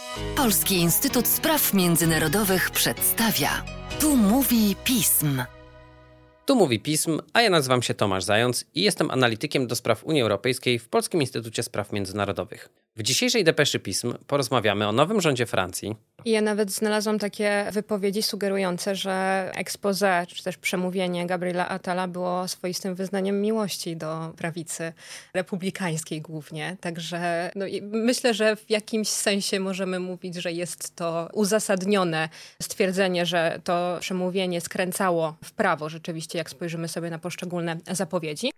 Polski Instytut Spraw Międzynarodowych przedstawia. Tu mówi pism. Tu mówi pism, a ja nazywam się Tomasz Zając i jestem analitykiem do spraw Unii Europejskiej w Polskim Instytucie Spraw Międzynarodowych. W dzisiejszej depeszy pism porozmawiamy o nowym rządzie Francji. Ja nawet znalazłam takie wypowiedzi sugerujące, że exposé, czy też przemówienie Gabriela Attala było swoistym wyznaniem miłości do prawicy republikańskiej głównie. Także myślę, że w jakimś sensie możemy mówić, że jest to uzasadnione stwierdzenie, że to przemówienie skręcało w prawo rzeczywiście, jak spojrzymy sobie na poszczególne zapowiedzi.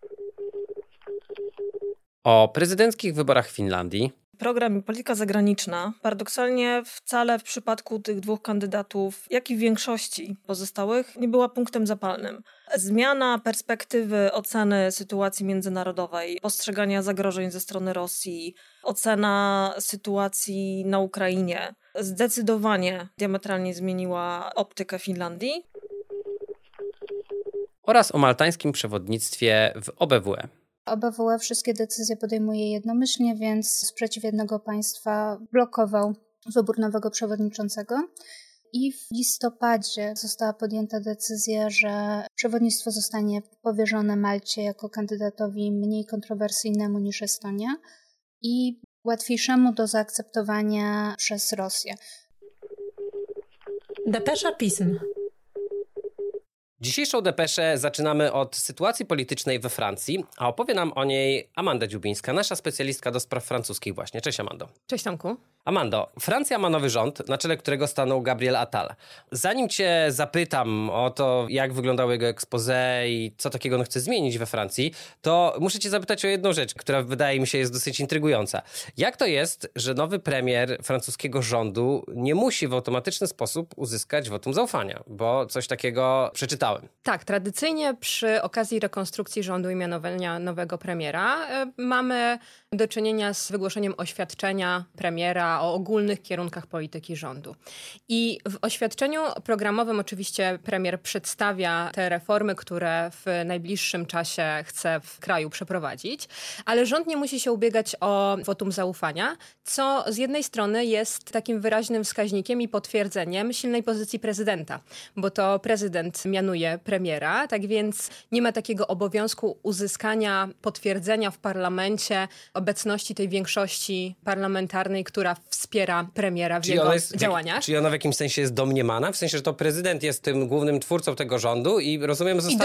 O prezydenckich wyborach w Finlandii. Program i polityka zagraniczna paradoksalnie wcale w przypadku tych dwóch kandydatów, jak i w większości pozostałych, nie była punktem zapalnym. Zmiana perspektywy oceny sytuacji międzynarodowej, postrzegania zagrożeń ze strony Rosji, ocena sytuacji na Ukrainie zdecydowanie diametralnie zmieniła optykę Finlandii. Oraz o maltańskim przewodnictwie w OBWE. OBWE wszystkie decyzje podejmuje jednomyślnie, więc sprzeciw jednego państwa blokował wybór nowego przewodniczącego. I w listopadzie została podjęta decyzja, że przewodnictwo zostanie powierzone Malcie jako kandydatowi mniej kontrowersyjnemu niż Estonia i łatwiejszemu do zaakceptowania przez Rosję. Depesza pism. Dzisiejszą depeszę zaczynamy od sytuacji politycznej we Francji, a opowie nam o niej Amanda Dziubińska, nasza specjalistka do spraw francuskich właśnie. Cześć Amando. Cześć Tomku. Amando, Francja ma nowy rząd, na czele którego stanął Gabriel Attal. Zanim cię zapytam o to, jak wyglądało jego exposé i co takiego on chce zmienić we Francji, to muszę cię zapytać o jedną rzecz, która wydaje mi się jest dosyć intrygująca. Jak to jest, że nowy premier francuskiego rządu nie musi w automatyczny sposób uzyskać wotum zaufania? Bo coś takiego przeczytałem. Tak, tradycyjnie przy okazji rekonstrukcji rządu i mianowania nowego premiera mamy do czynienia z wygłoszeniem oświadczenia premiera o ogólnych kierunkach polityki rządu. I w oświadczeniu programowym oczywiście premier przedstawia te reformy, które w najbliższym czasie chce w kraju przeprowadzić, ale rząd nie musi się ubiegać o wotum zaufania, co z jednej strony jest takim wyraźnym wskaźnikiem i potwierdzeniem silnej pozycji prezydenta, bo to prezydent mianuje premiera, tak więc nie ma takiego obowiązku uzyskania potwierdzenia w parlamencie obecności tej większości parlamentarnej, która wspiera premiera w jego działaniach. Czyli ona w jakimś sensie jest domniemana? W sensie, że to prezydent jest tym głównym twórcą tego rządu i rozumiem, zostawia...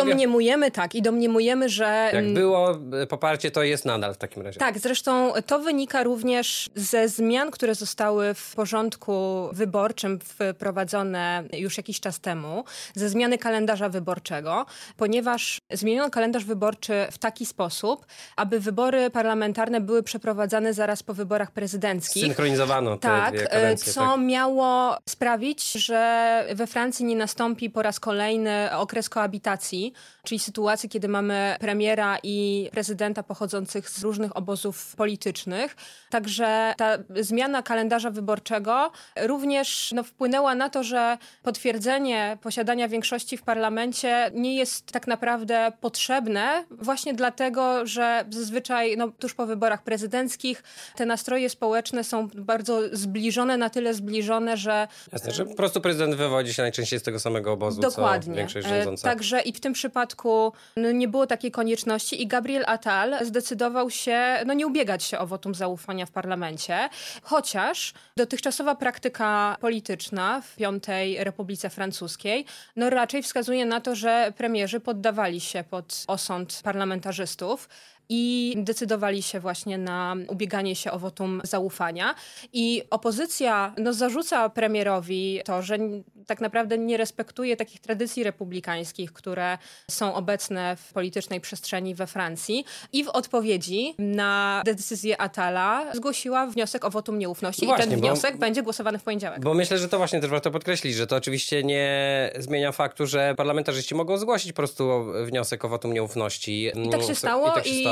I domniemujemy, że... Jak było poparcie, to jest nadal w takim razie. Tak, zresztą to wynika również ze zmian, które zostały w porządku wyborczym wprowadzone już jakiś czas temu, ze zmiany kalendarza wyborczego, ponieważ zmieniono kalendarz wyborczy w taki sposób, aby wybory parlamentarne były przeprowadzane zaraz po wyborach prezydenckich. Synchronizowano te dwie kadencje. Co miało sprawić, że we Francji nie nastąpi po raz kolejny okres koabitacji, czyli sytuacji, kiedy mamy premiera i prezydenta pochodzących z różnych obozów politycznych. Także ta zmiana kalendarza wyborczego również wpłynęła na to, że potwierdzenie posiadania większości w parlamencie nie jest tak naprawdę potrzebne właśnie dlatego, że zazwyczaj tuż po wyborach prezydenckich te nastroje społeczne są bardzo zbliżone, na tyle zbliżone, że... Jasne, że po prostu prezydent wywodzi się najczęściej z tego samego obozu, dokładnie. Co większość rządząca. Także i w tym przypadku nie było takiej konieczności i Gabriel Attal zdecydował się nie ubiegać się o wotum zaufania w parlamencie, chociaż dotychczasowa praktyka polityczna w Piątej Republice Francuskiej raczej wskazuje na to, że premierzy poddawali się pod osąd parlamentarzystów i decydowali się właśnie na ubieganie się o wotum zaufania. I opozycja zarzuca premierowi to, że tak naprawdę nie respektuje takich tradycji republikańskich, które są obecne w politycznej przestrzeni we Francji. I w odpowiedzi na decyzję Attala zgłosiła wniosek o wotum nieufności. I ten wniosek będzie głosowany w poniedziałek. Bo myślę, że to właśnie też warto podkreślić, że to oczywiście nie zmienia faktu, że parlamentarzyści mogą zgłosić po prostu wniosek o wotum nieufności. I tak się stało.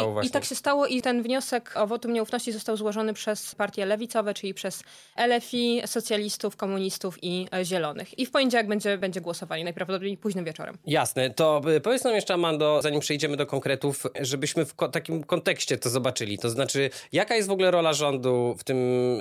stało właśnie. I tak się stało i ten wniosek o wotum nieufności został złożony przez partie lewicowe, czyli przez LFI, socjalistów, komunistów i zielonych. I w poniedziałek będzie głosowanie, najprawdopodobniej późnym wieczorem. Jasne. To powiedz nam jeszcze, Amando, zanim przejdziemy do konkretów, żebyśmy w takim kontekście to zobaczyli. To znaczy, jaka jest w ogóle rola rządu w tym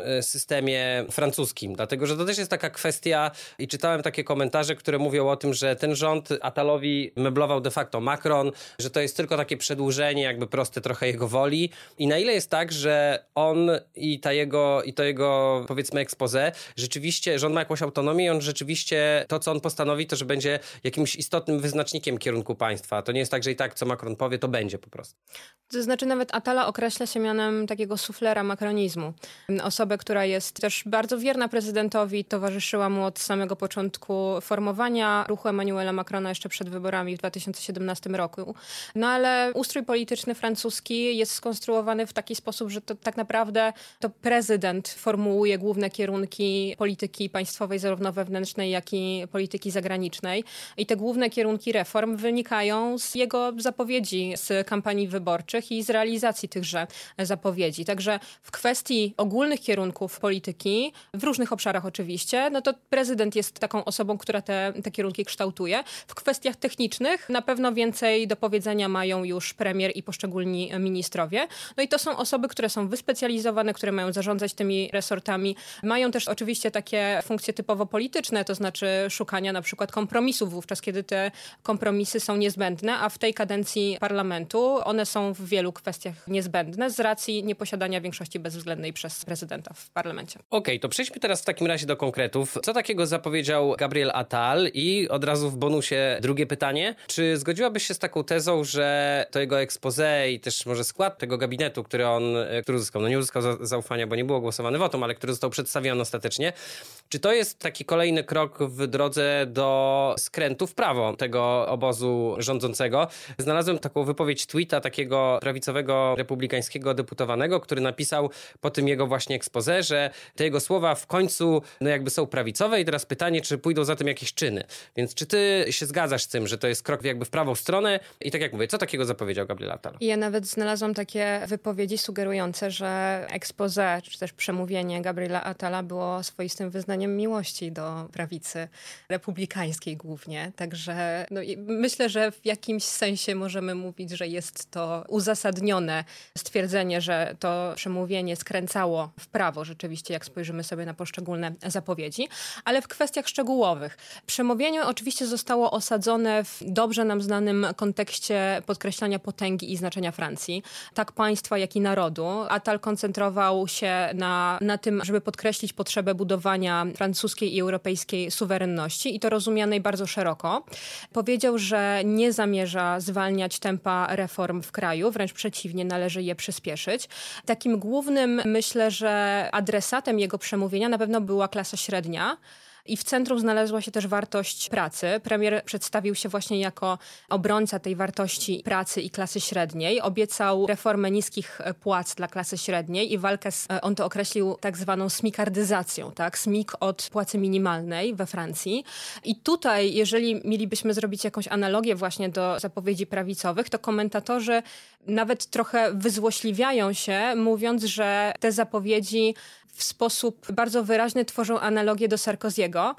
systemie francuskim? Dlatego, że to też jest taka kwestia i czytałem takie komentarze, które mówią o tym, że ten rząd Attalowi meblował de facto Macron, że to jest tylko takie przedłużenie, jakby proste trochę jego woli. I na ile jest tak, że on i to jego powiedzmy expose, rzeczywiście rząd ma jakąś autonomię i on rzeczywiście to, co on postanowi, to że będzie jakimś istotnym wyznacznikiem kierunku państwa. To nie jest tak, że i tak, co Macron powie, to będzie po prostu. To znaczy nawet Attala określa się mianem takiego suflera makronizmu. Osobę, która jest też bardzo wierna prezydentowi, towarzyszyła mu od samego początku formowania ruchu Emmanuela Macrona jeszcze przed wyborami w 2017 roku. No ale ustrój polityczny francuski jest skonstruowany w taki sposób, że to tak naprawdę to prezydent formułuje główne kierunki polityki państwowej, zarówno wewnętrznej, jak i polityki zagranicznej. I te główne kierunki reform wynikają z jego zapowiedzi z kampanii wyborczych i z realizacji tychże zapowiedzi. Także w kwestii ogólnych kierunków polityki, w różnych obszarach oczywiście, no to prezydent jest taką osobą, która te kierunki kształtuje. W kwestiach technicznych na pewno więcej do powiedzenia mają już premier i poszczególni ministrowie. No i to są osoby, które są wyspecjalizowane, które mają zarządzać tymi resortami. Mają też oczywiście takie funkcje typowo polityczne, to znaczy szukania na przykład kompromisów wówczas, kiedy te kompromisy są niezbędne, a w tej kadencji parlamentu one są w wielu kwestiach niezbędne z racji nieposiadania większości bezwzględnej przez prezydenta w parlamencie. Okej, to przejdźmy teraz w takim razie do konkretów. Co takiego zapowiedział Gabriel Attal? I od razu w bonusie drugie pytanie. Czy zgodziłabyś się z taką tezą, że to jego expose i też może skład tego gabinetu, który uzyskał, no nie uzyskał zaufania, bo nie było głosowane wotum, ale który został przedstawiony ostatecznie, czy to jest taki kolejny krok w drodze do skrętu w prawo tego obozu rządzącego? Znalazłem taką wypowiedź tweeta takiego prawicowego republikańskiego deputowanego, który napisał po tym jego właśnie expose, że te jego słowa w końcu no jakby są prawicowe i teraz pytanie, czy pójdą za tym jakieś czyny. Więc czy ty się zgadzasz z tym, że to jest krok jakby w prawą stronę? I tak jak mówię, co takiego zapowiedział Gabriel Attal? Ja nawet znalazłam takie wypowiedzi sugerujące, że expose, czy też przemówienie Gabriela Attala było swoistym wyznaniem miłości do prawicy republikańskiej głównie. Także no, myślę, że w jakimś sensie możemy mówić, że jest to uzasadnione stwierdzenie, że to przemówienie skręcało w prawo rzeczywiście, jak spojrzymy sobie na poszczególne zapowiedzi. Ale w kwestiach szczegółowych. Przemówienie oczywiście zostało osadzone w dobrze nam znanym kontekście podkreślania potęgi i znaczenia Francji. Tak państwa, jak i narodu. Attal koncentrował się na tym, żeby podkreślić potrzebę budowania francuskiej i europejskiej suwerenności i to rozumianej bardzo szeroko. Powiedział, że nie zamierza zwalniać tempa reform w kraju, wręcz przeciwnie, należy je przyspieszyć. Takim głównym, myślę, że adresatem jego przemówienia na pewno była klasa średnia. I w centrum znalazła się też wartość pracy. Premier przedstawił się właśnie jako obrońca tej wartości pracy i klasy średniej. Obiecał reformę niskich płac dla klasy średniej i walkę on to określił tak zwaną smikardyzacją, tak? Smik od płacy minimalnej we Francji. I tutaj, jeżeli mielibyśmy zrobić jakąś analogię właśnie do zapowiedzi prawicowych, to komentatorzy nawet trochę wyzłośliwiają się, mówiąc, że te zapowiedzi w sposób bardzo wyraźny tworzą analogię do Sarkoziego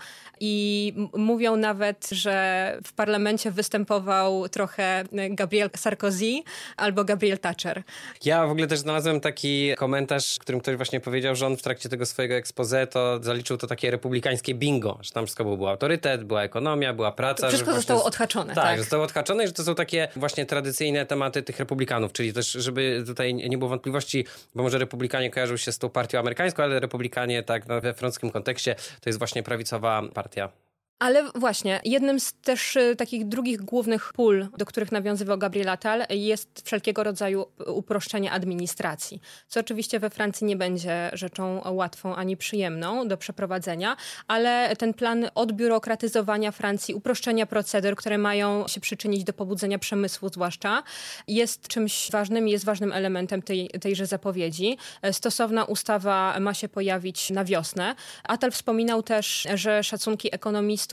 i mówią nawet, że w parlamencie występował trochę Gabriel Sarkozy albo Gabriel Thatcher. Ja w ogóle też znalazłem taki komentarz, w którym ktoś właśnie powiedział, że on w trakcie tego swojego expose to zaliczył to takie republikańskie bingo, że tam wszystko był autorytet, była ekonomia, była praca. To wszystko zostało odhaczone. Tak, zostało odhaczone i że to są takie właśnie tradycyjne tematy tych republikanów, czyli też, żeby tutaj nie było wątpliwości, bo może republikanie kojarzą się z tą partią amerykańską, ale republikanie tak no, we francuskim kontekście to jest właśnie prawicowa partia. Ale właśnie, jednym z też takich drugich głównych pól, do których nawiązywał Gabriel Attal, jest wszelkiego rodzaju uproszczenie administracji, co oczywiście we Francji nie będzie rzeczą łatwą ani przyjemną do przeprowadzenia, ale ten plan odbiurokratyzowania Francji, uproszczenia procedur, które mają się przyczynić do pobudzenia przemysłu zwłaszcza, jest czymś ważnym i jest ważnym elementem tejże zapowiedzi. Stosowna ustawa ma się pojawić na wiosnę. Attal wspominał też, że szacunki ekonomistów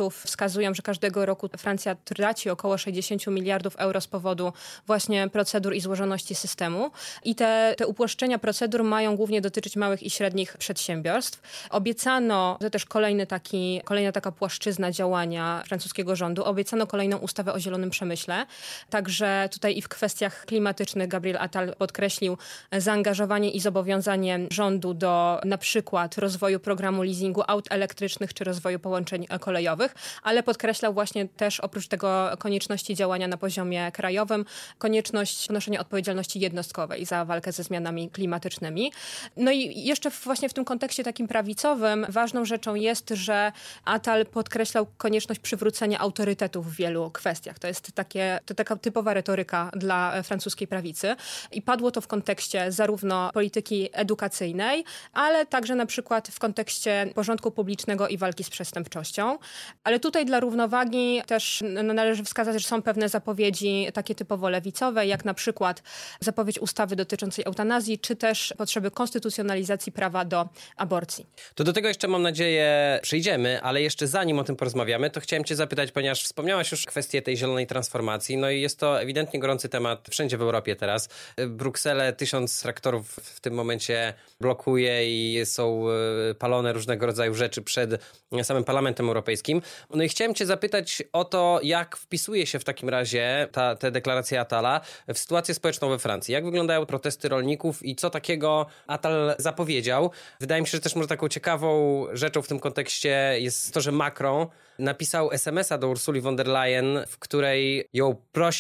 ekonomistów wskazują, że każdego roku Francja traci około 60 miliardów euro z powodu właśnie procedur i złożoności systemu. I te uproszczenia procedur mają głównie dotyczyć małych i średnich przedsiębiorstw. Obiecano, to też kolejna taka płaszczyzna działania francuskiego rządu, obiecano kolejną ustawę o zielonym przemyśle. Także tutaj i w kwestiach klimatycznych Gabriel Attal podkreślił zaangażowanie i zobowiązanie rządu do na przykład rozwoju programu leasingu aut elektrycznych czy rozwoju połączeń kolejowych, ale podkreślał właśnie też oprócz tego konieczności działania na poziomie krajowym, konieczność ponoszenia odpowiedzialności jednostkowej za walkę ze zmianami klimatycznymi. No i jeszcze właśnie w tym kontekście takim prawicowym ważną rzeczą jest, że Attal podkreślał konieczność przywrócenia autorytetu w wielu kwestiach. To jest taka typowa retoryka dla francuskiej prawicy i padło to w kontekście zarówno polityki edukacyjnej, ale także na przykład w kontekście porządku publicznego i walki z przestępczością. Ale tutaj dla równowagi też należy wskazać, że są pewne zapowiedzi takie typowo lewicowe, jak na przykład zapowiedź ustawy dotyczącej eutanazji, czy też potrzeby konstytucjonalizacji prawa do aborcji. To do tego jeszcze mam nadzieję przyjdziemy, ale jeszcze zanim o tym porozmawiamy, to chciałem cię zapytać, ponieważ wspomniałaś już kwestię tej zielonej transformacji, no i jest to ewidentnie gorący temat wszędzie w Europie teraz. Brukselę 1000 traktorów w tym momencie blokuje i są palone różnego rodzaju rzeczy przed samym Parlamentem Europejskim. No i chciałem cię zapytać o to, jak wpisuje się w takim razie te deklaracje Attala w sytuację społeczną we Francji. Jak wyglądają protesty rolników i co takiego Attal zapowiedział? Wydaje mi się, że też może taką ciekawą rzeczą w tym kontekście jest to, że Macron napisał SMS-a do Ursuli von der Leyen, w której ją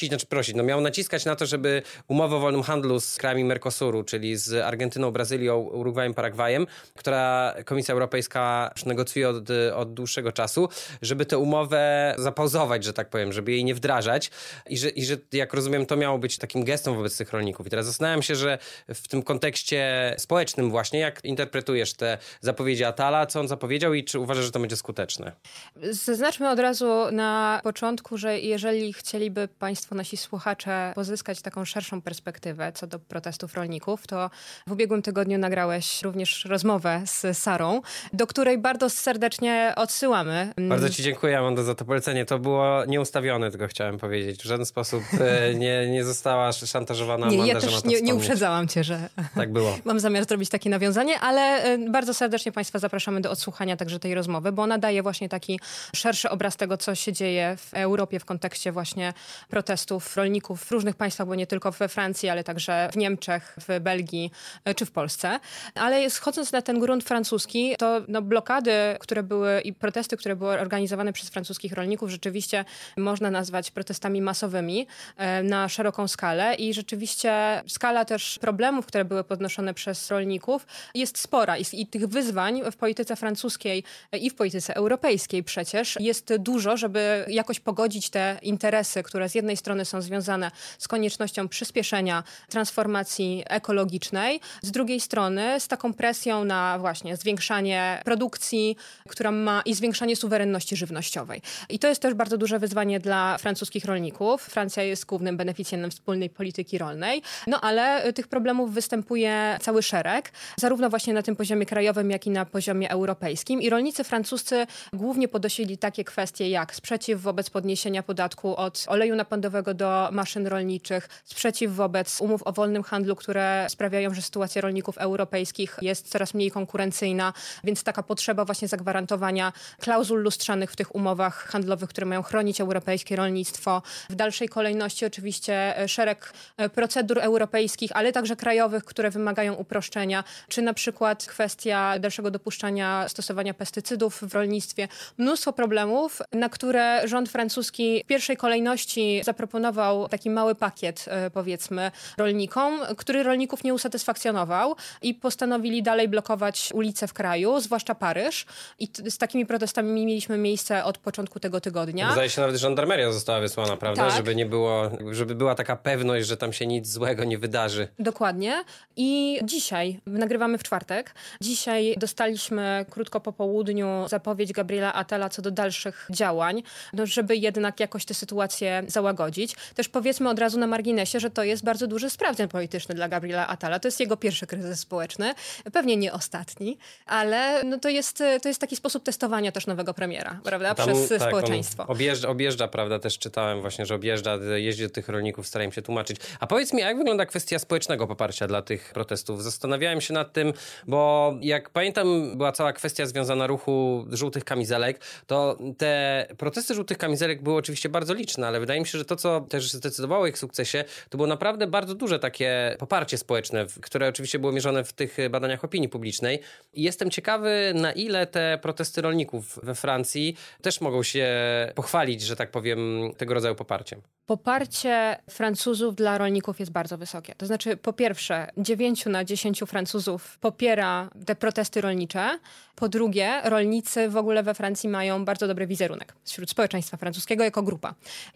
miał naciskać na to, żeby umowę o wolnym handlu z krajami Mercosuru, czyli z Argentyną, Brazylią, Urugwajem, Paragwajem, która Komisja Europejska negocjuje od dłuższego czasu, żeby tę umowę zapauzować, że tak powiem, żeby jej nie wdrażać i że jak rozumiem, to miało być takim gestem wobec tych rolników. I teraz zastanawiam się, że w tym kontekście społecznym właśnie, jak interpretujesz te zapowiedzi Attala, co on zapowiedział i czy uważasz, że to będzie skuteczne? Zaznaczmy od razu na początku, że jeżeli chcieliby Państwo, nasi słuchacze, pozyskać taką szerszą perspektywę co do protestów rolników, to w ubiegłym tygodniu nagrałeś również rozmowę z Sarą, do której bardzo serdecznie odsyłamy. Bardzo ci dziękuję, Amanda, za to polecenie. To było nieustawione, tylko chciałem powiedzieć. W żaden sposób nie została szantażowana Amanda, ja że ma też to nie uprzedzałam cię, że tak było. Mam zamiar zrobić takie nawiązanie, ale bardzo serdecznie Państwa zapraszamy do odsłuchania także tej rozmowy, bo ona daje właśnie taki szerszy obraz tego, co się dzieje w Europie w kontekście właśnie protestów rolników w różnych państwach, bo nie tylko we Francji, ale także w Niemczech, w Belgii czy w Polsce. Ale schodząc na ten grunt francuski, to blokady, które były i protesty, które były organizowane przez francuskich rolników, rzeczywiście można nazwać protestami masowymi na szeroką skalę i rzeczywiście skala też problemów, które były podnoszone przez rolników jest spora i tych wyzwań w polityce francuskiej i w polityce europejskiej przecież jest dużo, żeby jakoś pogodzić te interesy, które z jednej strony są związane z koniecznością przyspieszenia transformacji ekologicznej, z drugiej strony z taką presją na właśnie zwiększanie produkcji, która ma i zwiększanie suwerenności żywnościowej. I to jest też bardzo duże wyzwanie dla francuskich rolników. Francja jest głównym beneficjentem wspólnej polityki rolnej, ale tych problemów występuje cały szereg, zarówno właśnie na tym poziomie krajowym, jak i na poziomie europejskim. I rolnicy francuscy głównie podnosili takie kwestie jak sprzeciw wobec podniesienia podatku od oleju napędowego do maszyn rolniczych, sprzeciw wobec umów o wolnym handlu, które sprawiają, że sytuacja rolników europejskich jest coraz mniej konkurencyjna, więc taka potrzeba właśnie zagwarantowania klauzul lustrzanych w tych umowach handlowych, które mają chronić europejskie rolnictwo. W dalszej kolejności oczywiście szereg procedur europejskich, ale także krajowych, które wymagają uproszczenia, czy na przykład kwestia dalszego dopuszczania stosowania pestycydów w rolnictwie. Mnóstwo problemów, na które rząd francuski w pierwszej kolejności zaproponował taki mały pakiet, powiedzmy, rolnikom, który rolników nie usatysfakcjonował i postanowili dalej blokować ulice w kraju, zwłaszcza Paryż. I z takimi protestami mieliśmy miejsce od początku tego tygodnia. Zdaje się nawet, że żandarmeria została wysłana, prawda? Tak. Żeby była taka pewność, że tam się nic złego nie wydarzy. Dokładnie. I dzisiaj, nagrywamy w czwartek, dzisiaj dostaliśmy krótko po południu zapowiedź Gabriela Attala co do dalszych działań, żeby jednak jakoś tę sytuację załagodzić. Też powiedzmy od razu na marginesie, że to jest bardzo duży sprawdzian polityczny dla Gabriela Attala. To jest jego pierwszy kryzys społeczny, pewnie nie ostatni, ale to jest taki sposób testowania też nowego premiera. premiera, prawda? Przez społeczeństwo. Objeżdża, prawda, też czytałem właśnie, że jeździ do tych rolników, stara im się tłumaczyć. A powiedz mi, jak wygląda kwestia społecznego poparcia dla tych protestów? Zastanawiałem się nad tym, bo jak pamiętam, była cała kwestia związana ruchu żółtych kamizelek, to te protesty żółtych kamizelek były oczywiście bardzo liczne, ale wydaje mi się, że to, co też zdecydowało o ich sukcesie, to było naprawdę bardzo duże takie poparcie społeczne, które oczywiście było mierzone w tych badaniach opinii publicznej. I jestem ciekawy, na ile te protesty rolników we Francji też mogą się pochwalić, że tak powiem, tego rodzaju poparciem. Poparcie Francuzów dla rolników jest bardzo wysokie. To znaczy, po pierwsze, 9 na 10 Francuzów popiera te protesty rolnicze. Po drugie, rolnicy w ogóle we Francji mają bardzo dobry wizerunek wśród społeczeństwa francuskiego jako grupa.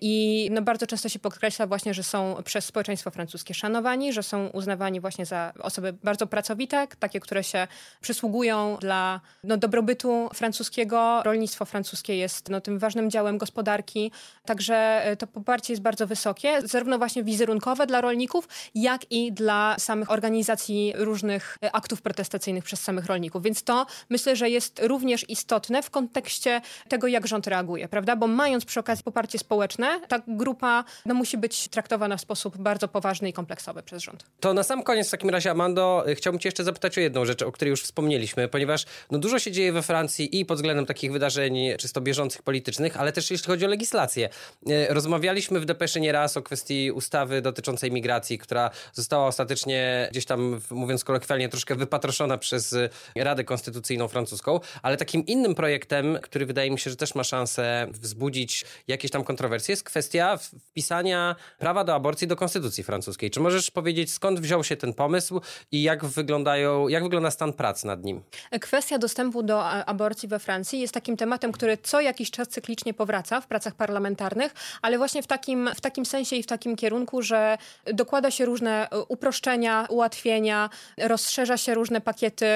I bardzo często się podkreśla właśnie, że są przez społeczeństwo francuskie szanowani, że są uznawani właśnie za osoby bardzo pracowite, takie, które się przysługują dla dobrobytu francuskiego. Rolnictwo francuskie jest tym ważnym działem gospodarki. Także to poparcie jest bardzo wysokie, zarówno właśnie wizerunkowe dla rolników, jak i dla samych organizacji różnych aktów protestacyjnych przez samych rolników. Więc to myślę, że jest również istotne w kontekście tego, jak rząd reaguje, prawda? Bo mając przy okazji poparcie społeczne, ta grupa musi być traktowana w sposób bardzo poważny i kompleksowy przez rząd. To na sam koniec w takim razie, Amando, chciałbym cię jeszcze zapytać o jedną rzecz, o której już wspomnieliśmy, ponieważ dużo się dzieje we Francji i pod względem takich wydarzeń czysto bieżących politycznych, ale też jeśli chodzi o legislację. Rozmawialiśmy w Depeszy nieraz o kwestii ustawy dotyczącej migracji, która została ostatecznie gdzieś tam, mówiąc kolokwialnie, troszkę wypatroszona przez Radę Konstytucyjną francuską, ale takim innym projektem, który wydaje mi się, że też ma szansę wzbudzić jakieś tam kontrowersje, jest kwestia wpisania prawa do aborcji do konstytucji francuskiej. Czy możesz powiedzieć, skąd wziął się ten pomysł i jak wygląda stan prac nad nim? Kwestia dostępu do aborcji we Francji jest takim tematem, który co jakiś czas cyklicznie powraca w pracach parlamentarnych, ale właśnie w takim sensie i w takim kierunku, że dokłada się różne uproszczenia, ułatwienia, rozszerza się różne pakiety,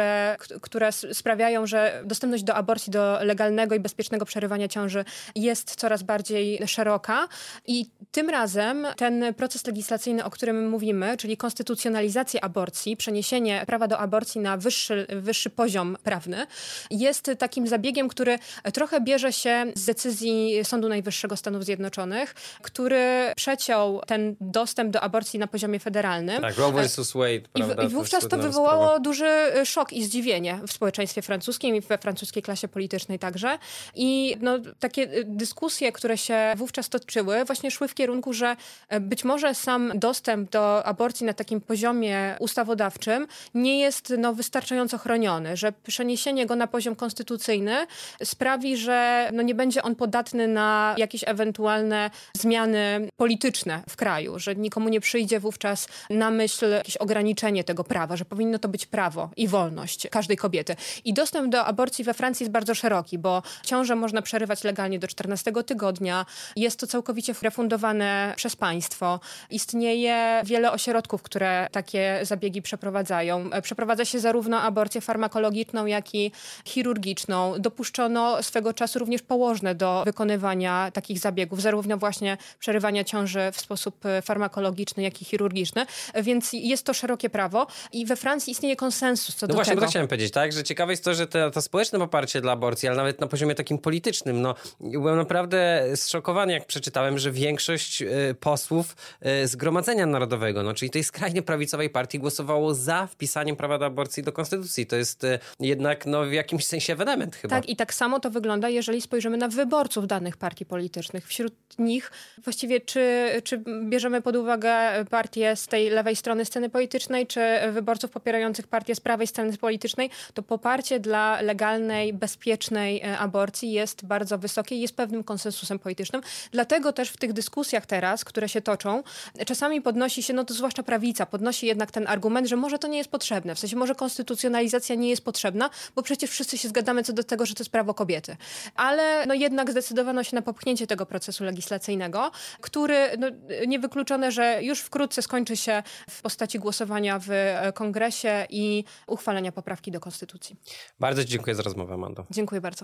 które sprawiają, że dostępność do aborcji, do legalnego i bezpiecznego przerywania ciąży jest coraz bardziej szeroka. I tym razem ten proces legislacyjny, o którym mówimy, czyli konstytucjonalizacja aborcji, przeniesienie prawa do aborcji na wyższy poziom prawny, jest takim zabiegiem, który trochę bierze się z decyzji Sądu Najwyższego Stanów Zjednoczonych, który przeciął ten dostęp do aborcji na poziomie federalnym. Tak, Roe vs. Wade, prawda? I wówczas to wywołało duży szok i zdziwienie w społeczeństwie francuskim i we francuskiej klasie politycznej także. I takie dyskusje, które się wówczas toczyły, właśnie szły w kierunku, że być może sam dostęp do aborcji na takim poziomie ustawodawczym nie jest wystarczająco chroniony, że przeniesienie go na poziom konstytucyjny sprawi, że nie będzie on podatny na jakieś ewentualne zmiany polityczne w kraju, że nikomu nie przyjdzie wówczas na myśl jakieś ograniczenie tego prawa, że powinno to być prawo i wolność każdej kobiety. I dostęp do aborcji we Francji jest bardzo szeroki, bo ciążę można przerywać legalnie do 14 tygodnia. Jest to całkowicie refundowane przez państwo. Istnieje wiele ośrodków, które takie zabiegi przeprowadzają. Przeprowadza się zarówno aborcję farmakologiczną, jak i chirurgiczną. Dopuszczono swego czasu również położne do wykonywania takich zabiegów, zarówno właśnie przerywania ciąży w sposób farmakologiczny, jak i chirurgiczny. Więc jest to szerokie prawo i we Francji istnieje konsensus co do właśnie, tego. Bo to chciałem powiedzieć, tak? Że ciekawe jest to, że to społeczne poparcie dla aborcji, ale nawet na poziomie takim politycznym, byłem naprawdę zszokowany, jak przeczytałem, że większość posłów Zgromadzenia Narodowego, czyli tej skrajnie prawicowej partii, głosowało za wpisaniem prawa do aborcji do konstytucji. To jest jednak w jakimś sensie ewenement chyba. Tak, i tak samo to wygląda, jeżeli spojrzymy na wyborców danych partii politycznych. Wśród nich właściwie czy bierzemy pod uwagę partie z tej lewej strony sceny politycznej, czy wyborców popierających partię z prawej sceny politycznej, to poparcie dla legalnej, bezpiecznej aborcji jest bardzo wysokie i jest pewnym konsensusem politycznym. Dlatego też w tych dyskusjach teraz, które się toczą, czasami podnosi się, to zwłaszcza prawica, podnosi jednak ten argument, że może to nie jest potrzebne. W sensie może konstytucjonalizacja nie jest potrzebna, bo przecież wszyscy się zgadzamy co do tego, że to jest prawo kobiety. Ale jednak zdecydowano się na popchnięcie tego procesu legislacyjnego, który niewykluczone, że już wkrótce skończy się w postaci głosowania w kongresie i uchwalenia poprawki do konstytucji. Bardzo ci dziękuję za rozmowę, Amando. Dziękuję bardzo.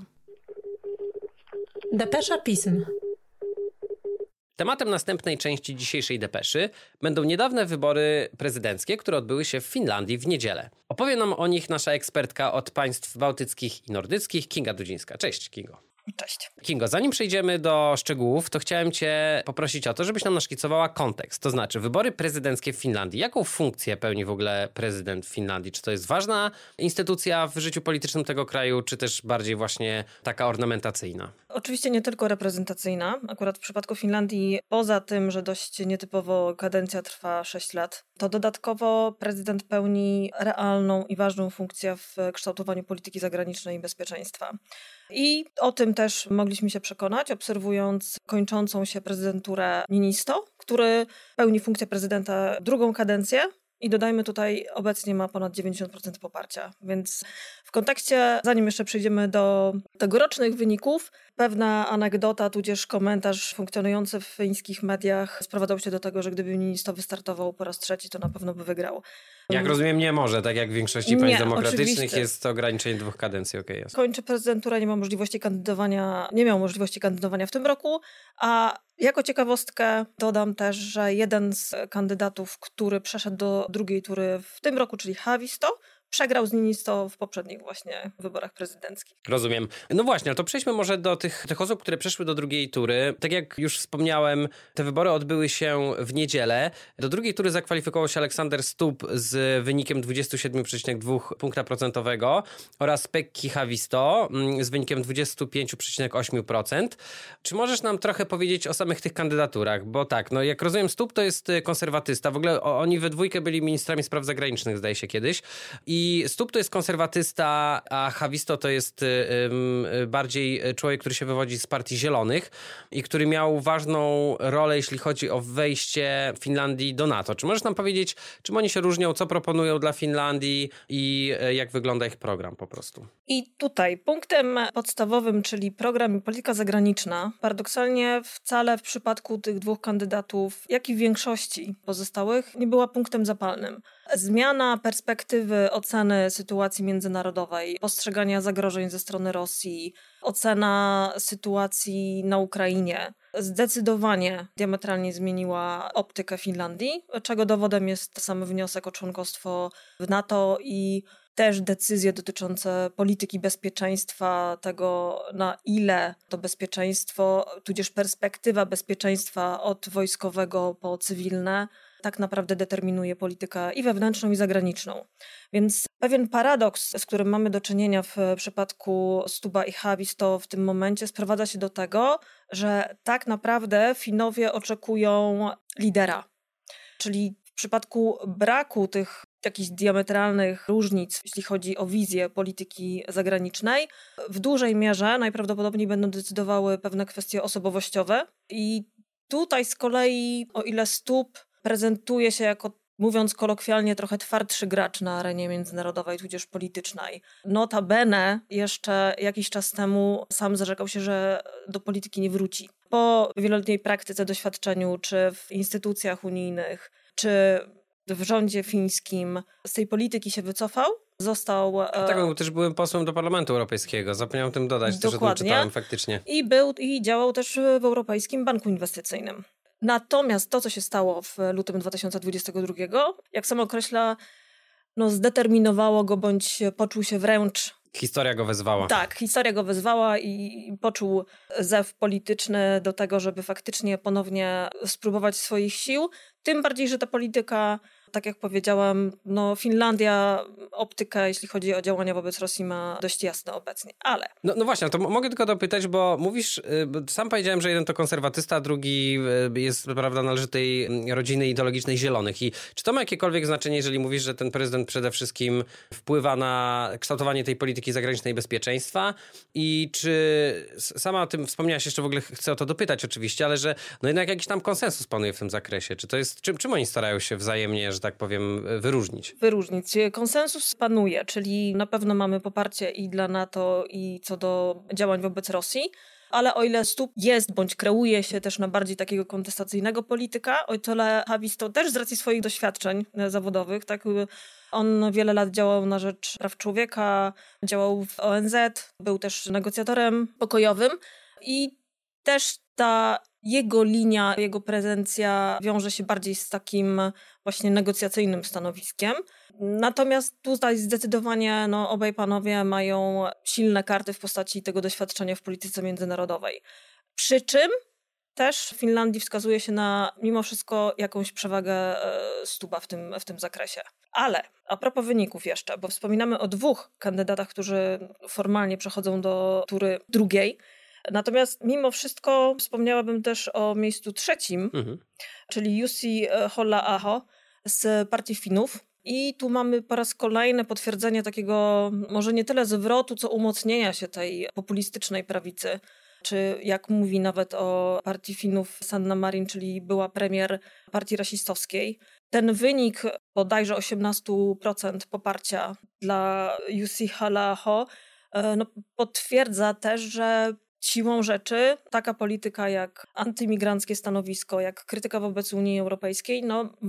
Depesza Pism. Tematem następnej części dzisiejszej depeszy będą niedawne wybory prezydenckie, które odbyły się w Finlandii w niedzielę. Opowie nam o nich nasza ekspertka od państw bałtyckich i nordyckich, Kinga Dudzińska. Cześć, Kingo. Cześć. Kingo, zanim przejdziemy do szczegółów, to chciałem cię poprosić o to, żebyś nam naszkicowała kontekst. To znaczy, wybory prezydenckie w Finlandii. Jaką funkcję pełni w ogóle prezydent w Finlandii? Czy to jest ważna instytucja w życiu politycznym tego kraju, czy też bardziej właśnie taka ornamentacyjna? Oczywiście nie tylko reprezentacyjna. Akurat w przypadku Finlandii, poza tym, że dość nietypowo kadencja trwa 6 lat, to dodatkowo prezydent pełni realną i ważną funkcję w kształtowaniu polityki zagranicznej i bezpieczeństwa. I o tym też mogliśmy się przekonać, obserwując kończącą się prezydenturę Niinisto, który pełni funkcję prezydenta drugą kadencję. I dodajmy tutaj, obecnie ma ponad 90% poparcia. Więc w kontekście, zanim jeszcze przejdziemy do tegorocznych wyników, pewna anegdota, tudzież komentarz funkcjonujący w fińskich mediach sprowadzał się do tego, że gdyby Niinisto wystartował po raz trzeci, to na pewno by wygrał. Jak rozumiem, nie może, tak jak w większości państw demokratycznych oczywiście. jest to ograniczenie 2 kadencji. Okay, jest. Kończy prezydenturę, nie miał możliwości kandydowania w tym roku, a jako ciekawostkę dodam też, że jeden z kandydatów, który przeszedł do drugiej tury w tym roku, czyli Haavisto, przegrał z Niinisto w poprzednich właśnie wyborach prezydenckich. Rozumiem. No właśnie, ale to przejdźmy może do tych osób, które przeszły do drugiej tury. Tak jak już wspomniałem, te wybory odbyły się w niedzielę. Do drugiej tury zakwalifikował się Aleksander Stubb z wynikiem 27,2 punkta procentowego oraz Pekki Haavisto z wynikiem 25,8%. Czy możesz nam trochę powiedzieć o samych tych kandydaturach? Bo tak, no jak rozumiem, Stubb to jest konserwatysta. W ogóle oni we dwójkę byli ministrami spraw zagranicznych, zdaje się kiedyś. I Stubb to jest konserwatysta, a Haavisto to jest bardziej człowiek, który się wywodzi z Partii Zielonych i który miał ważną rolę, jeśli chodzi o wejście Finlandii do NATO. Czy możesz nam powiedzieć, czym oni się różnią, co proponują dla Finlandii i jak wygląda ich program po prostu? I tutaj punktem podstawowym, czyli program i polityka zagraniczna, paradoksalnie wcale w przypadku tych dwóch kandydatów, jak i w większości pozostałych, nie była punktem zapalnym. Zmiana perspektywy oceny sytuacji międzynarodowej, postrzegania zagrożeń ze strony Rosji, ocena sytuacji na Ukrainie zdecydowanie diametralnie zmieniła optykę Finlandii, czego dowodem jest sam wniosek o członkostwo w NATO i też decyzje dotyczące polityki bezpieczeństwa, tego na ile to bezpieczeństwo, tudzież perspektywa bezpieczeństwa od wojskowego po cywilne tak naprawdę determinuje politykę i wewnętrzną, i zagraniczną. Więc pewien paradoks, z którym mamy do czynienia w przypadku Stubba i Haavisto w tym momencie, sprowadza się do tego, że tak naprawdę Finowie oczekują lidera. Czyli w przypadku braku tych jakichś diametralnych różnic, jeśli chodzi o wizję polityki zagranicznej, w dużej mierze najprawdopodobniej będą decydowały pewne kwestie osobowościowe. I tutaj z kolei, o ile Stubb prezentuje się jako, mówiąc kolokwialnie, trochę twardszy gracz na arenie międzynarodowej, tudzież politycznej. Notabene jeszcze jakiś czas temu sam zarzekał się, że do polityki nie wróci. Po wieloletniej praktyce, doświadczeniu, czy w instytucjach unijnych, czy w rządzie fińskim z tej polityki się wycofał. Został... Tak, on też byłem posłem do Parlamentu Europejskiego. Zapomniałem o tym dodać, też o tym czytałem faktycznie. I działał też w Europejskim Banku Inwestycyjnym. Natomiast to, co się stało w lutym 2022, jak sam określa, zdeterminowało go, bądź poczuł się wręcz... Historia go wezwała. Tak, historia go wezwała i poczuł zew polityczny do tego, żeby faktycznie ponownie spróbować swoich sił. Tym bardziej, że ta polityka, tak jak powiedziałam, Finlandia optykę, jeśli chodzi o działania wobec Rosji, ma dość jasne obecnie, ale... No właśnie, to mogę tylko dopytać, bo mówisz, sam powiedziałem, że jeden to konserwatysta, a drugi jest, prawda, należytej rodziny ideologicznej Zielonych. I czy to ma jakiekolwiek znaczenie, jeżeli mówisz, że ten prezydent przede wszystkim wpływa na kształtowanie tej polityki zagranicznej i bezpieczeństwa? I czy sama o tym wspomniałaś, jeszcze w ogóle chcę o to dopytać oczywiście, ale że jednak jakiś tam konsensus panuje w tym zakresie. Czy to jest, czym oni starają się wzajemnie, że tak powiem, wyróżnić? Konsensus panuje, czyli na pewno mamy poparcie i dla NATO, i co do działań wobec Rosji, ale o ile Stubb jest bądź kreuje się też na bardziej takiego kontestacyjnego polityka, o tyle Haavisto też z racji swoich doświadczeń zawodowych, tak, on wiele lat działał na rzecz praw człowieka, działał w ONZ, był też negocjatorem pokojowym i też ta jego linia, jego prezencja wiąże się bardziej z takim właśnie negocjacyjnym stanowiskiem. Natomiast tutaj zdecydowanie obaj panowie mają silne karty w postaci tego doświadczenia w polityce międzynarodowej. Przy czym też w Finlandii wskazuje się na mimo wszystko jakąś przewagę Stubba w tym zakresie. Ale a propos wyników jeszcze, bo wspominamy o 2 kandydatach, którzy formalnie przechodzą do tury drugiej. Natomiast mimo wszystko wspomniałabym też o miejscu 3, czyli Jussi Halla-aho z partii Finów. I tu mamy po raz kolejny potwierdzenie takiego może nie tyle zwrotu, co umocnienia się tej populistycznej prawicy, czy jak mówi nawet o partii Finów Sanna Marin, czyli była premier partii rasistowskiej. Ten wynik bodajże 18% poparcia dla Jussi Halla-aho potwierdza też, że siłą rzeczy taka polityka jak antymigranckie stanowisko, jak krytyka wobec Unii Europejskiej,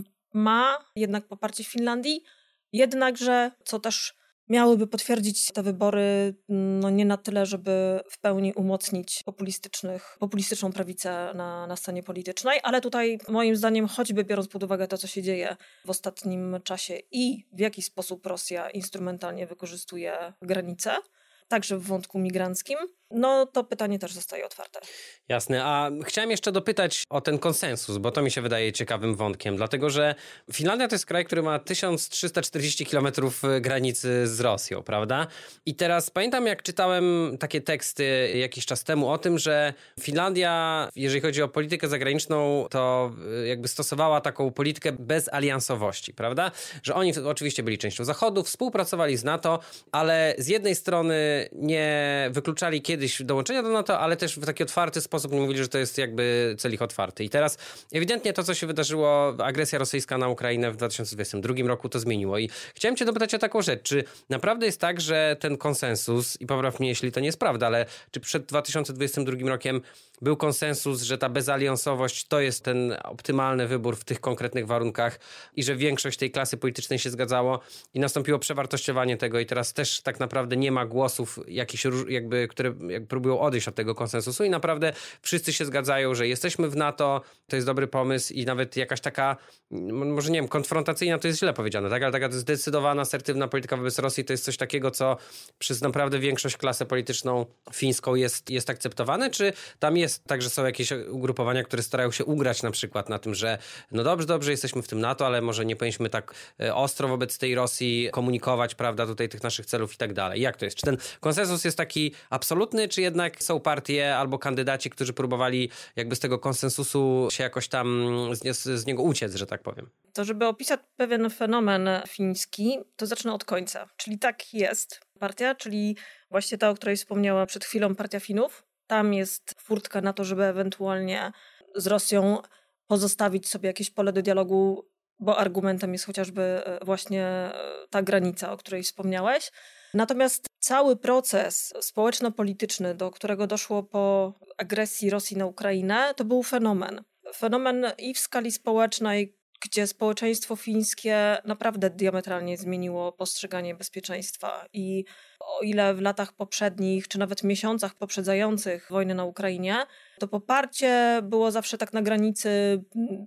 ma jednak poparcie w Finlandii, jednakże, co też miałyby potwierdzić te wybory, nie na tyle, żeby w pełni umocnić populistyczną prawicę na scenie politycznej, ale tutaj moim zdaniem, choćby biorąc pod uwagę to, co się dzieje w ostatnim czasie i w jaki sposób Rosja instrumentalnie wykorzystuje granice, także w wątku migranckim, to pytanie też zostaje otwarte. Jasne, a chciałem jeszcze dopytać o ten konsensus, bo to mi się wydaje ciekawym wątkiem, dlatego że Finlandia to jest kraj, który ma 1340 km granicy z Rosją, prawda? I teraz pamiętam, jak czytałem takie teksty jakiś czas temu o tym, że Finlandia, jeżeli chodzi o politykę zagraniczną, to jakby stosowała taką politykę bez aliansowości, prawda? Że oni oczywiście byli częścią Zachodu, współpracowali z NATO, ale z jednej strony nie wykluczali kiedyś dołączenia do NATO, ale też w taki otwarty sposób nie mówili, że to jest jakby cel ich otwarty. I teraz ewidentnie to, co się wydarzyło, agresja rosyjska na Ukrainę w 2022 roku to zmieniło. I chciałem cię dopytać o taką rzecz. Czy naprawdę jest tak, że ten konsensus, i popraw mnie, jeśli to nie jest prawda, ale czy przed 2022 rokiem był konsensus, że ta bezaliansowość to jest ten optymalny wybór w tych konkretnych warunkach i że większość tej klasy politycznej się zgadzało i nastąpiło przewartościowanie tego i teraz też tak naprawdę nie ma głosów jakichś które próbują odejść od tego konsensusu i naprawdę wszyscy się zgadzają, że jesteśmy w NATO, to jest dobry pomysł i nawet jakaś taka, może nie wiem, konfrontacyjna to jest źle powiedziane, tak? Ale taka zdecydowana, asertywna polityka wobec Rosji to jest coś takiego, co przez naprawdę większość klasę polityczną fińską jest akceptowane, czy tam jest tak, że są jakieś ugrupowania, które starają się ugrać na przykład na tym, że dobrze, jesteśmy w tym NATO, ale może nie powinniśmy tak ostro wobec tej Rosji komunikować, prawda, tutaj tych naszych celów i tak dalej. Jak to jest? Czy ten konsensus jest taki absolutny, czy jednak są partie albo kandydaci, którzy próbowali jakby z tego konsensusu się jakoś tam z niego uciec, że tak powiem? To żeby opisać pewien fenomen fiński, to zacznę od końca. Czyli tak jest partia, czyli właśnie ta, o której wspomniałam przed chwilą, partia Finów. Tam jest furtka na to, żeby ewentualnie z Rosją pozostawić sobie jakieś pole do dialogu, bo argumentem jest chociażby właśnie ta granica, o której wspomniałeś. Natomiast cały proces społeczno-polityczny, do którego doszło po agresji Rosji na Ukrainę, to był fenomen. Fenomen i w skali społecznej, gdzie społeczeństwo fińskie naprawdę diametralnie zmieniło postrzeganie bezpieczeństwa i o ile w latach poprzednich, czy nawet miesiącach poprzedzających wojnę na Ukrainie, to poparcie było zawsze tak na granicy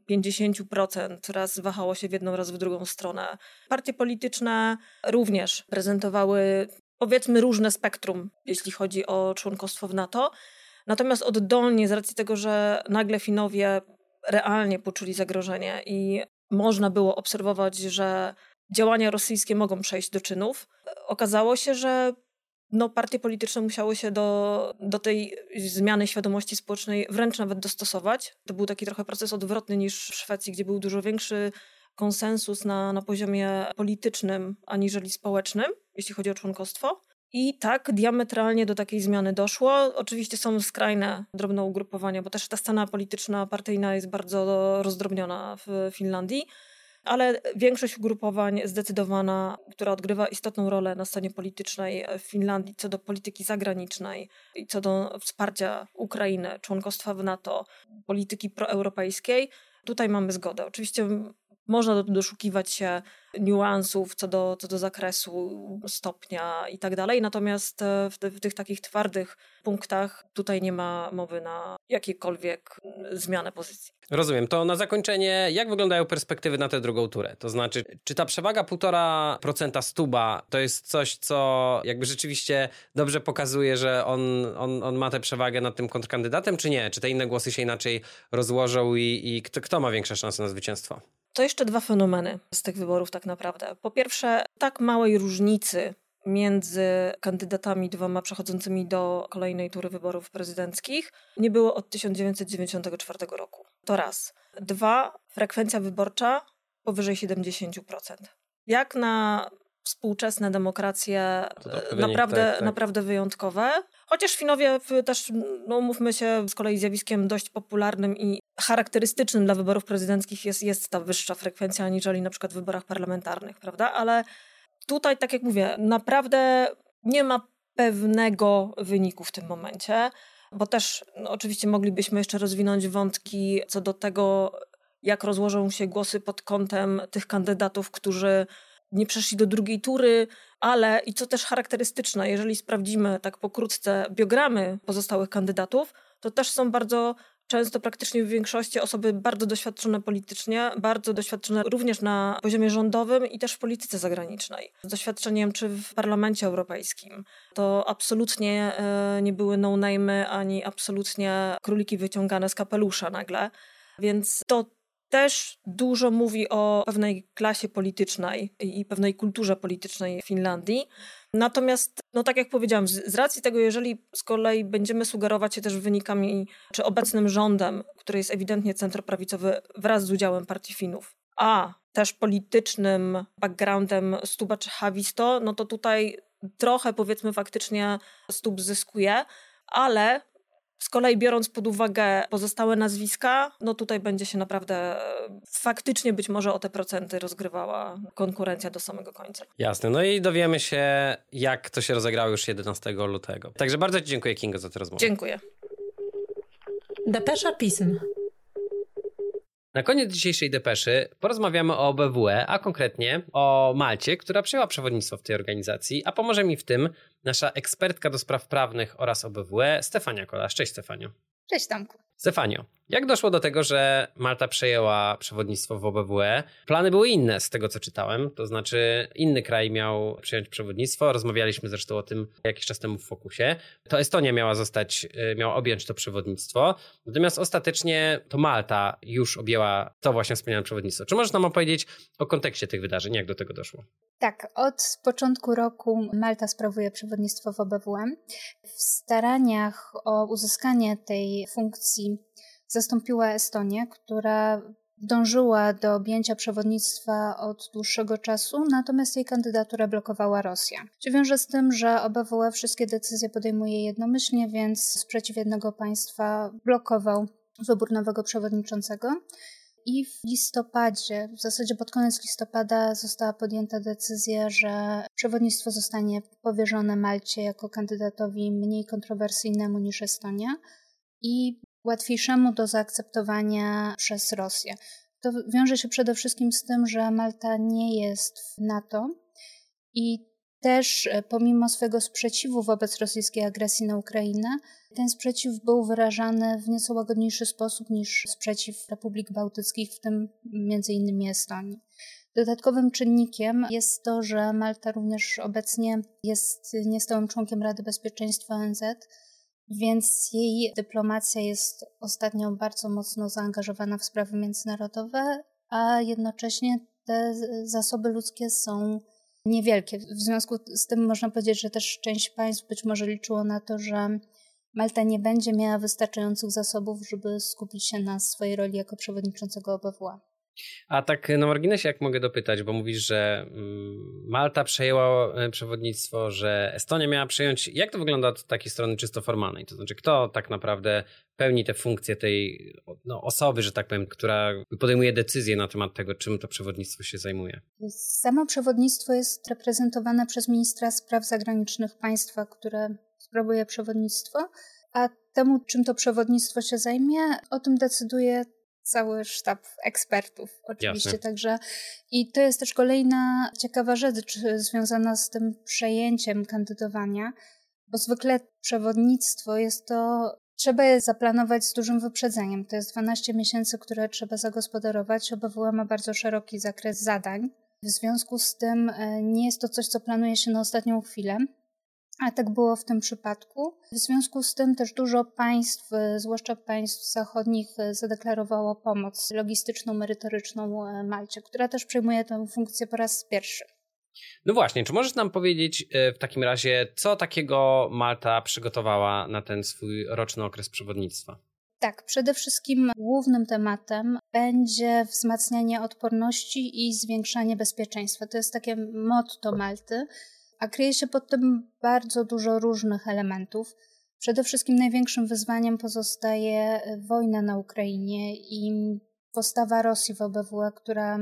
50%, raz wahało się w jedną, raz w drugą stronę. Partie polityczne również prezentowały, powiedzmy, różne spektrum, jeśli chodzi o członkostwo w NATO, natomiast oddolnie, z racji tego, że nagle Finowie realnie poczuli zagrożenie i można było obserwować, że działania rosyjskie mogą przejść do czynów, okazało się, że partie polityczne musiały się do tej zmiany świadomości społecznej wręcz nawet dostosować. To był taki trochę proces odwrotny niż w Szwecji, gdzie był dużo większy konsensus na poziomie politycznym aniżeli społecznym, jeśli chodzi o członkostwo. I tak diametralnie do takiej zmiany doszło. Oczywiście są skrajne, drobne ugrupowania, bo też ta scena polityczna, partyjna jest bardzo rozdrobniona w Finlandii, ale większość ugrupowań zdecydowana, która odgrywa istotną rolę na scenie politycznej w Finlandii co do polityki zagranicznej i co do wsparcia Ukrainy, członkostwa w NATO, polityki proeuropejskiej, tutaj mamy zgodę. Oczywiście Można doszukiwać się niuansów co do zakresu, stopnia i tak dalej, natomiast w tych takich twardych punktach tutaj nie ma mowy na jakiekolwiek zmianę pozycji. Rozumiem. To na zakończenie, jak wyglądają perspektywy na tę drugą turę? To znaczy, czy ta przewaga 1,5% Stubba to jest coś, co jakby rzeczywiście dobrze pokazuje, że on ma tę przewagę nad tym kontrkandydatem, czy nie? Czy te inne głosy się inaczej rozłożą i kto ma większe szanse na zwycięstwo? To jeszcze dwa fenomeny z tych wyborów tak naprawdę. Po pierwsze, tak małej różnicy między kandydatami dwoma przechodzącymi do kolejnej tury wyborów prezydenckich nie było od 1994 roku. To raz. Dwa, frekwencja wyborcza powyżej 70%. Jak na współczesne demokracje naprawdę wyjątkowe. Chociaż Finowie też, mówmy się, z kolei zjawiskiem dość popularnym i charakterystycznym dla wyborów prezydenckich jest ta wyższa frekwencja aniżeli na przykład w wyborach parlamentarnych, prawda? Ale tutaj, tak jak mówię, naprawdę nie ma pewnego wyniku w tym momencie, bo też oczywiście moglibyśmy jeszcze rozwinąć wątki co do tego, jak rozłożą się głosy pod kątem tych kandydatów, którzy nie przeszli do drugiej tury, ale i co też charakterystyczne, jeżeli sprawdzimy tak pokrótce biogramy pozostałych kandydatów, to też są bardzo często, praktycznie w większości osoby bardzo doświadczone politycznie, bardzo doświadczone również na poziomie rządowym i też w polityce zagranicznej. Z doświadczeniem czy w Parlamencie Europejskim. To absolutnie nie były no-name'y, ani absolutnie króliki wyciągane z kapelusza nagle. Więc to też dużo mówi o pewnej klasie politycznej i pewnej kulturze politycznej Finlandii. Natomiast, tak jak powiedziałam, z racji tego, jeżeli z kolei będziemy sugerować się też wynikami, czy obecnym rządem, który jest ewidentnie centroprawicowy wraz z udziałem partii Finów, a też politycznym backgroundem Stubba czy Haavisto, to tutaj trochę powiedzmy faktycznie Stubb zyskuje, ale z kolei biorąc pod uwagę pozostałe nazwiska, tutaj będzie się naprawdę faktycznie być może o te procenty rozgrywała konkurencja do samego końca. Jasne, i dowiemy się, jak to się rozegrało już 11 lutego. Także bardzo Ci dziękuję, Kingo, za tę rozmowę. Dziękuję. Depesza Pism. Na koniec dzisiejszej depeszy porozmawiamy o OBWE, a konkretnie o Malcie, która przejęła przewodnictwo w tej organizacji, a pomoże mi w tym nasza ekspertka do spraw prawnych oraz OBWE, Stefania Kolarz. Cześć, Stefanio. Cześć, Tomku. Stefanio, jak doszło do tego, że Malta przejęła przewodnictwo w OBWE? Plany były inne z tego, co czytałem, to znaczy inny kraj miał przejąć przewodnictwo, rozmawialiśmy zresztą o tym jakiś czas temu w Fokusie. To Estonia miała objąć to przewodnictwo, natomiast ostatecznie to Malta już objęła to właśnie wspomniane przewodnictwo. Czy możesz nam opowiedzieć o kontekście tych wydarzeń, jak do tego doszło? Tak, od początku roku Malta sprawuje przewodnictwo w OBWE. W staraniach o uzyskanie tej funkcji zastąpiła Estonię, która dążyła do objęcia przewodnictwa od dłuższego czasu, natomiast jej kandydaturę blokowała Rosja. To wiąże z tym, że OBWE wszystkie decyzje podejmuje jednomyślnie, więc sprzeciw jednego państwa blokował wybór nowego przewodniczącego. I w listopadzie, w zasadzie pod koniec listopada została podjęta decyzja, że przewodnictwo zostanie powierzone Malcie jako kandydatowi mniej kontrowersyjnemu niż Estonia i łatwiejszemu do zaakceptowania przez Rosję. To wiąże się przede wszystkim z tym, że Malta nie jest w NATO i też pomimo swego sprzeciwu wobec rosyjskiej agresji na Ukrainę, ten sprzeciw był wyrażany w nieco łagodniejszy sposób niż sprzeciw republik bałtyckich, w tym m.in. Estonii. Dodatkowym czynnikiem jest to, że Malta również obecnie jest niestałym członkiem Rady Bezpieczeństwa ONZ, więc jej dyplomacja jest ostatnio bardzo mocno zaangażowana w sprawy międzynarodowe, a jednocześnie te zasoby ludzkie są niewielkie. W związku z tym można powiedzieć, że też część państw być może liczyło na to, że Malta nie będzie miała wystarczających zasobów, żeby skupić się na swojej roli jako przewodniczącego OBWE. A tak na marginesie, jak mogę dopytać, bo mówisz, że Malta przejęła przewodnictwo, że Estonia miała przejąć. Jak to wygląda od takiej strony czysto formalnej? To znaczy, kto tak naprawdę pełni te funkcje tej osoby, że tak powiem, która podejmuje decyzje na temat tego, czym to przewodnictwo się zajmuje? Samo przewodnictwo jest reprezentowane przez ministra spraw zagranicznych państwa, które sprawuje przewodnictwo, a temu, czym to przewodnictwo się zajmie, o tym decyduje cały sztab ekspertów oczywiście. Jasne. Także i to jest też kolejna ciekawa rzecz związana z tym przejęciem kandydowania, bo zwykle przewodnictwo trzeba je zaplanować z dużym wyprzedzeniem. To jest 12 miesięcy, które trzeba zagospodarować. OBWE ma bardzo szeroki zakres zadań. W związku z tym nie jest to coś, co planuje się na ostatnią chwilę. A tak było w tym przypadku. W związku z tym też dużo państw, zwłaszcza państw zachodnich, zadeklarowało pomoc logistyczną, merytoryczną Malcie, która też przejmuje tę funkcję po raz pierwszy. No właśnie, czy możesz nam powiedzieć w takim razie, co takiego Malta przygotowała na ten swój roczny okres przewodnictwa? Tak, przede wszystkim głównym tematem będzie wzmacnianie odporności i zwiększanie bezpieczeństwa. To jest takie motto Malty, a kryje się pod tym bardzo dużo różnych elementów. Przede wszystkim największym wyzwaniem pozostaje wojna na Ukrainie i postawa Rosji w OBWE, która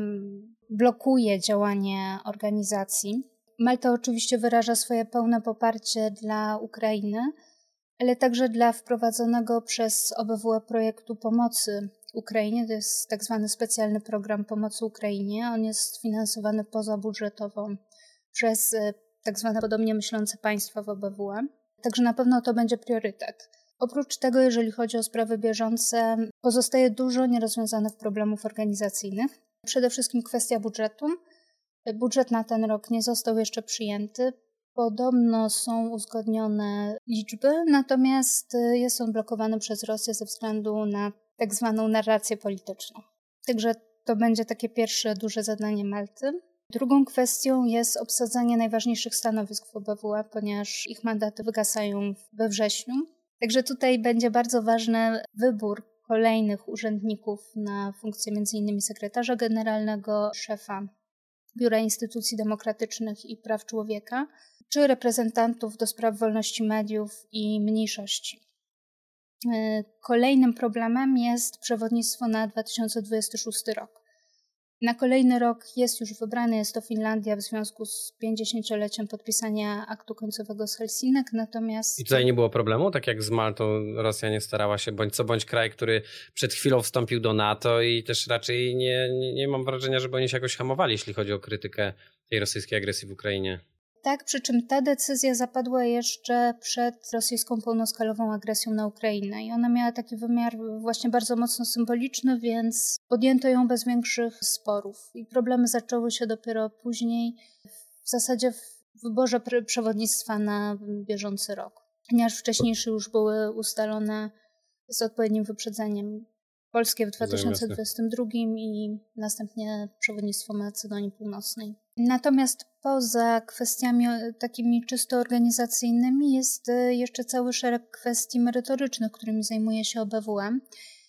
blokuje działanie organizacji. Malta oczywiście wyraża swoje pełne poparcie dla Ukrainy, ale także dla wprowadzonego przez OBWE projektu pomocy Ukrainie. To jest tak zwany specjalny program pomocy Ukrainie. On jest finansowany pozabudżetowo przez tak zwane podobnie myślące państwa w OBWE. Także na pewno to będzie priorytet. Oprócz tego, jeżeli chodzi o sprawy bieżące, pozostaje dużo nierozwiązanych problemów organizacyjnych. Przede wszystkim kwestia budżetu. Budżet na ten rok nie został jeszcze przyjęty. Podobno są uzgodnione liczby, natomiast jest on blokowany przez Rosję ze względu na tak zwaną narrację polityczną. Także to będzie takie pierwsze duże zadanie Malty. Drugą kwestią jest obsadzanie najważniejszych stanowisk w OBWE, ponieważ ich mandaty wygasają we wrześniu. Także tutaj będzie bardzo ważny wybór kolejnych urzędników na funkcję m.in. sekretarza generalnego, szefa Biura Instytucji Demokratycznych i Praw Człowieka, czy reprezentantów do spraw wolności mediów i mniejszości. Kolejnym problemem jest przewodnictwo na 2026 rok. Na kolejny rok jest już wybrany, jest to Finlandia w związku z 50-leciem podpisania aktu końcowego z Helsinek, natomiast... I tutaj nie było problemu? Tak jak z Maltą Rosja nie starała się, bądź co bądź kraj, który przed chwilą wstąpił do NATO i też raczej nie mam wrażenia, żeby oni się jakoś hamowali, jeśli chodzi o krytykę tej rosyjskiej agresji w Ukrainie. Tak, przy czym ta decyzja zapadła jeszcze przed rosyjską pełnoskalową agresją na Ukrainę i ona miała taki wymiar właśnie bardzo mocno symboliczny, więc podjęto ją bez większych sporów i problemy zaczęły się dopiero później, w zasadzie w wyborze przewodnictwa na bieżący rok, ponieważ wcześniejsze już były ustalone z odpowiednim wyprzedzeniem. Polskie w 2022 i następnie przewodnictwo Macedonii Północnej. Natomiast poza kwestiami takimi czysto organizacyjnymi jest jeszcze cały szereg kwestii merytorycznych, którymi zajmuje się OBWE.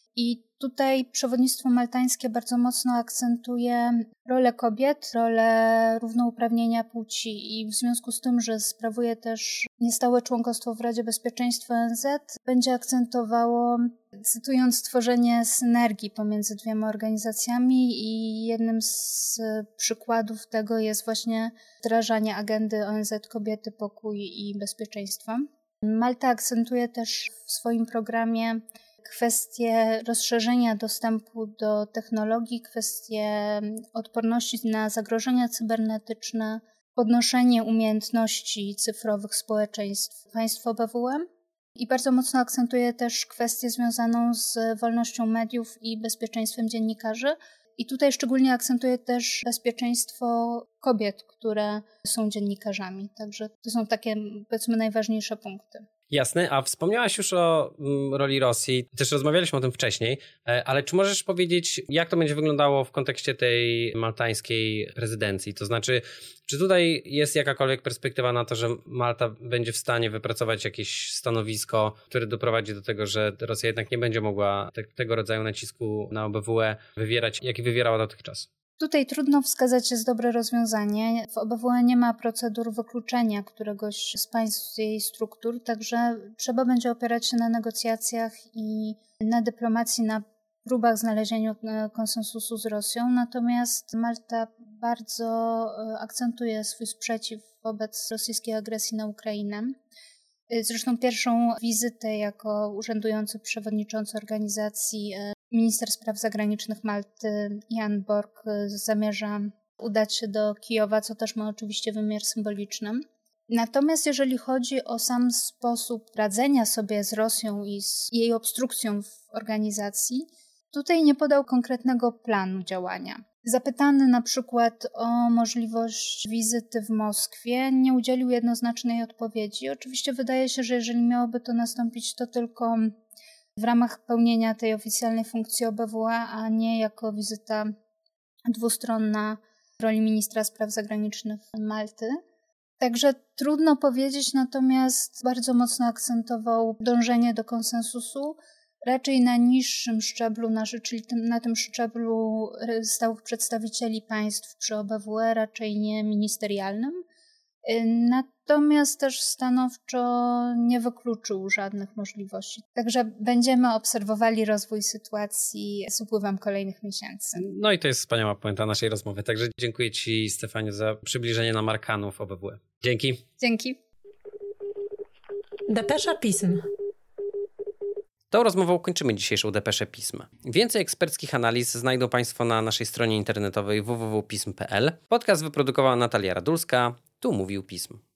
I tutaj przewodnictwo maltańskie bardzo mocno akcentuje rolę kobiet, rolę równouprawnienia płci i w związku z tym, że sprawuje też niestałe członkostwo w Radzie Bezpieczeństwa ONZ, będzie akcentowało, cytując, stworzenie synergii pomiędzy dwiema organizacjami i jednym z przykładów tego jest właśnie wdrażanie agendy ONZ Kobiety, Pokój i Bezpieczeństwo. Malta akcentuje też w swoim programie kwestie rozszerzenia dostępu do technologii, kwestie odporności na zagrożenia cybernetyczne, podnoszenie umiejętności cyfrowych społeczeństw państw OBWE i bardzo mocno akcentuje też kwestię związaną z wolnością mediów i bezpieczeństwem dziennikarzy. I tutaj szczególnie akcentuje też bezpieczeństwo kobiet, które są dziennikarzami. Także to są takie, powiedzmy, najważniejsze punkty. Jasne, a wspomniałaś już o roli Rosji, też rozmawialiśmy o tym wcześniej, ale czy możesz powiedzieć, jak to będzie wyglądało w kontekście tej maltańskiej prezydencji? To znaczy, czy tutaj jest jakakolwiek perspektywa na to, że Malta będzie w stanie wypracować jakieś stanowisko, które doprowadzi do tego, że Rosja jednak nie będzie mogła tego rodzaju nacisku na OBWE wywierać, jaki wywierała dotychczas? Tutaj trudno wskazać jest dobre rozwiązanie. W OBWE nie ma procedur wykluczenia któregoś z państw z jej struktur, także trzeba będzie opierać się na negocjacjach i na dyplomacji, na próbach znalezienia konsensusu z Rosją. Natomiast Malta bardzo akcentuje swój sprzeciw wobec rosyjskiej agresji na Ukrainę. Zresztą pierwszą wizytę jako urzędujący przewodniczący organizacji Minister spraw zagranicznych Malty Jan Borg zamierza udać się do Kijowa, co też ma oczywiście wymiar symboliczny. Natomiast jeżeli chodzi o sam sposób radzenia sobie z Rosją i z jej obstrukcją w organizacji, tutaj nie podał konkretnego planu działania. Zapytany na przykład o możliwość wizyty w Moskwie, nie udzielił jednoznacznej odpowiedzi. Oczywiście wydaje się, że jeżeli miałoby to nastąpić, to tylko w ramach pełnienia tej oficjalnej funkcji OBWE, a nie jako wizyta dwustronna w roli ministra spraw zagranicznych Malty. Także trudno powiedzieć, natomiast bardzo mocno akcentował dążenie do konsensusu, raczej na niższym szczeblu, czyli na tym szczeblu stałych przedstawicieli państw przy OBWE, raczej nie ministerialnym. Natomiast też stanowczo nie wykluczył żadnych możliwości. Także będziemy obserwowali rozwój sytuacji z upływem kolejnych miesięcy. No i to jest wspaniała puenta naszej rozmowy. Także dziękuję Ci, Stefaniu, za przybliżenie nam arkanów OBWE. Dzięki. Dzięki. Depesza Pism. Tą rozmową kończymy dzisiejszą Depeszę Pism. Więcej eksperckich analiz znajdą Państwo na naszej stronie internetowej www.pism.pl. Podcast wyprodukowała Natalia Radulska. Tu mówił Pism.